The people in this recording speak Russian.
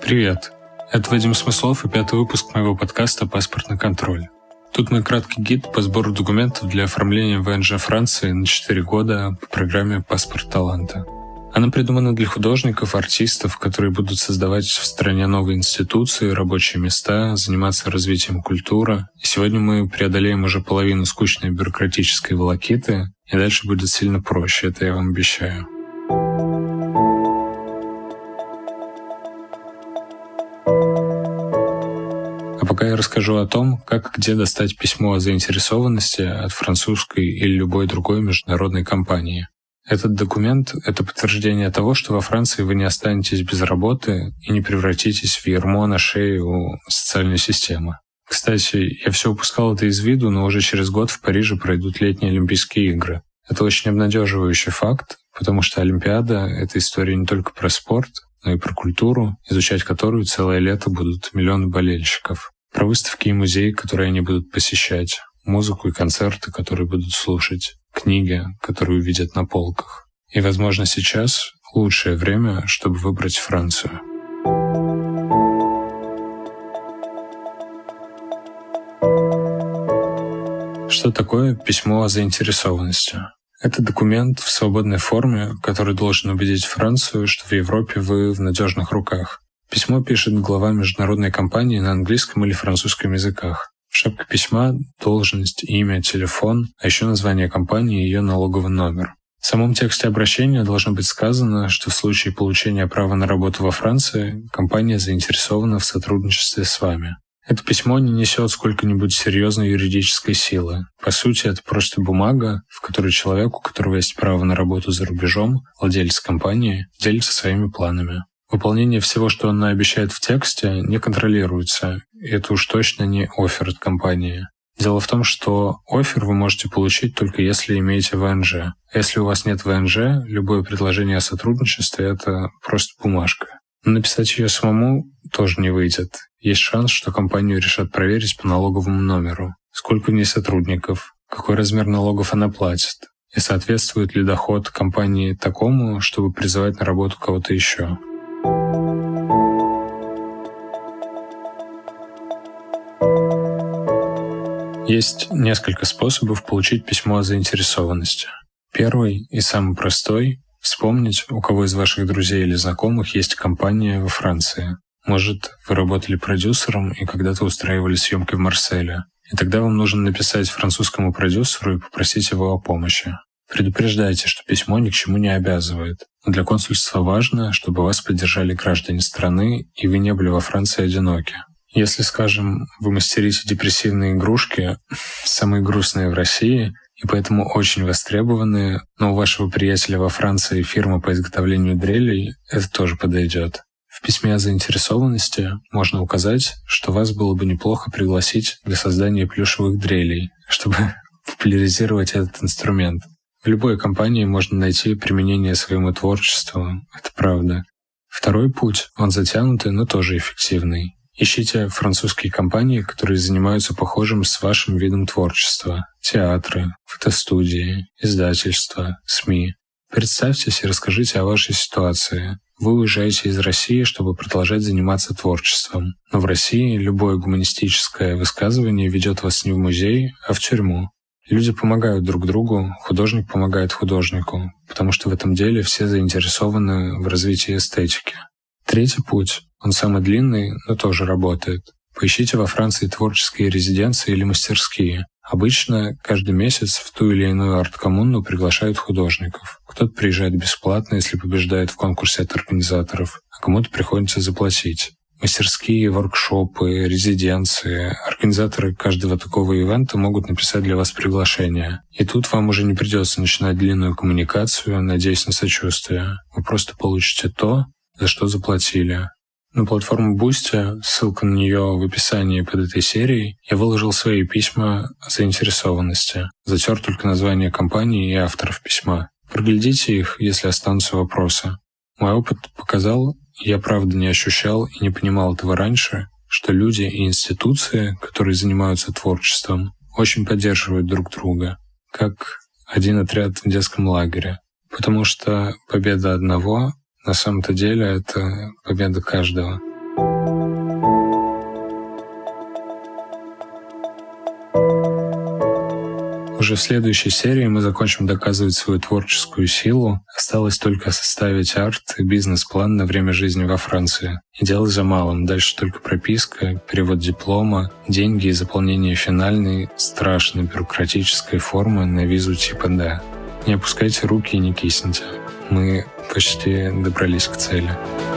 Привет! Это Вадим Смыслов и 5-й выпуск моего подкаста «Паспортный контроль». Тут мой краткий гид по сбору документов для оформления ВНЖ Франции на 4 года по программе «Паспорт таланта». Она придумана для художников, артистов, которые будут создавать в стране новые институции, рабочие места, заниматься развитием культуры. И сегодня мы преодолеем уже половину скучной бюрократической волокиты, и дальше будет сильно проще, это я вам обещаю. А пока я расскажу о том, как и где достать письмо о заинтересованности от французской или любой другой международной компании. Этот документ — это подтверждение того, что во Франции вы не останетесь без работы и не превратитесь в ярмо на шее у социальной системы. Кстати, я все упускал это из виду, но уже через год в Париже пройдут летние Олимпийские игры. Это очень обнадеживающий факт, потому что Олимпиада — это история не только про спорт, но и про культуру, изучать которую целое лето будут миллионы болельщиков. Про выставки и музеи, которые они будут посещать, музыку и концерты, которые будут слушать, книги, которые увидят на полках. И, возможно, сейчас лучшее время, чтобы выбрать Францию. Что такое письмо о заинтересованности? Это документ в свободной форме, который должен убедить Францию, что в Европе вы в надежных руках. Письмо пишет глава международной компании на английском или французском языках. В шапке письма должность, имя, телефон, а еще название компании и ее налоговый номер. В самом тексте обращения должно быть сказано, что в случае получения права на работу во Франции компания заинтересована в сотрудничестве с вами. Это письмо не несет сколько-нибудь серьезной юридической силы. По сути, это просто бумага, в которой человек, у которого есть право на работу за рубежом, владелец компании, делится своими планами. Выполнение всего, что он обещает в тексте, не контролируется, и это уж точно не оффер от компании. Дело в том, что оффер вы можете получить только если имеете ВНЖ. А если у вас нет ВНЖ, любое предложение о сотрудничестве — это просто бумажка. Но написать ее самому тоже не выйдет. Есть шанс, что компанию решат проверить по налоговому номеру, сколько в ней сотрудников, какой размер налогов она платит, и соответствует ли доход компании такому, чтобы призывать на работу кого-то еще. Есть несколько способов получить письмо о заинтересованности. Первый и самый простой — вспомнить, у кого из ваших друзей или знакомых есть компания во Франции. Может, вы работали продюсером и когда-то устраивали съемки в Марселе. И тогда вам нужно написать французскому продюсеру и попросить его о помощи. Предупреждайте, что письмо ни к чему не обязывает. Но для консульства важно, чтобы вас поддержали граждане страны, и вы не были во Франции одиноки. Если, скажем, вы мастерите депрессивные игрушки, самые грустные в России, и поэтому очень востребованные, но у вашего приятеля во Франции фирма по изготовлению дрелей, это тоже подойдет. В письме о заинтересованности можно указать, что вас было бы неплохо пригласить для создания плюшевых дрелей, чтобы популяризировать этот инструмент. В любой компании можно найти применение своему творчеству, это правда. Второй путь, он затянутый, но тоже эффективный. Ищите французские компании, которые занимаются похожим с вашим видом творчества. Театры, фотостудии, издательства, СМИ. Представьтесь и расскажите о вашей ситуации. Вы уезжаете из России, чтобы продолжать заниматься творчеством. Но в России любое гуманистическое высказывание ведет вас не в музей, а в тюрьму. Люди помогают друг другу, художник помогает художнику, потому что в этом деле все заинтересованы в развитии эстетики. Третий путь, он самый длинный, но тоже работает. Поищите во Франции творческие резиденции или мастерские. Обычно каждый месяц в ту или иную арт-коммуну приглашают художников. Кто-то приезжает бесплатно, если побеждает в конкурсе от организаторов, а кому-то приходится заплатить. Мастерские, воркшопы, резиденции, организаторы каждого такого ивента могут написать для вас приглашение. И тут вам уже не придется начинать длинную коммуникацию, надеясь на сочувствие. Вы просто получите то, за что заплатили. На платформу Boosty, ссылка на нее в описании под этой серией, я выложил свои письма о заинтересованности. Затер только название компании и авторов письма. Проглядите их, если останутся вопросы. Мой опыт показал, я правда не ощущал и не понимал этого раньше, что люди и институции, которые занимаются творчеством, очень поддерживают друг друга, как один отряд в детском лагере. Потому что победа одного на самом-то деле это победа каждого. Уже в следующей серии мы закончим доказывать свою творческую силу. Осталось только составить арт и бизнес-план на время жизни во Франции. И дело за малым. Дальше только прописка, перевод диплома, деньги и заполнение финальной, страшной бюрократической формы на визу типа «Д». Не опускайте руки и не кисните. Мы почти добрались к цели.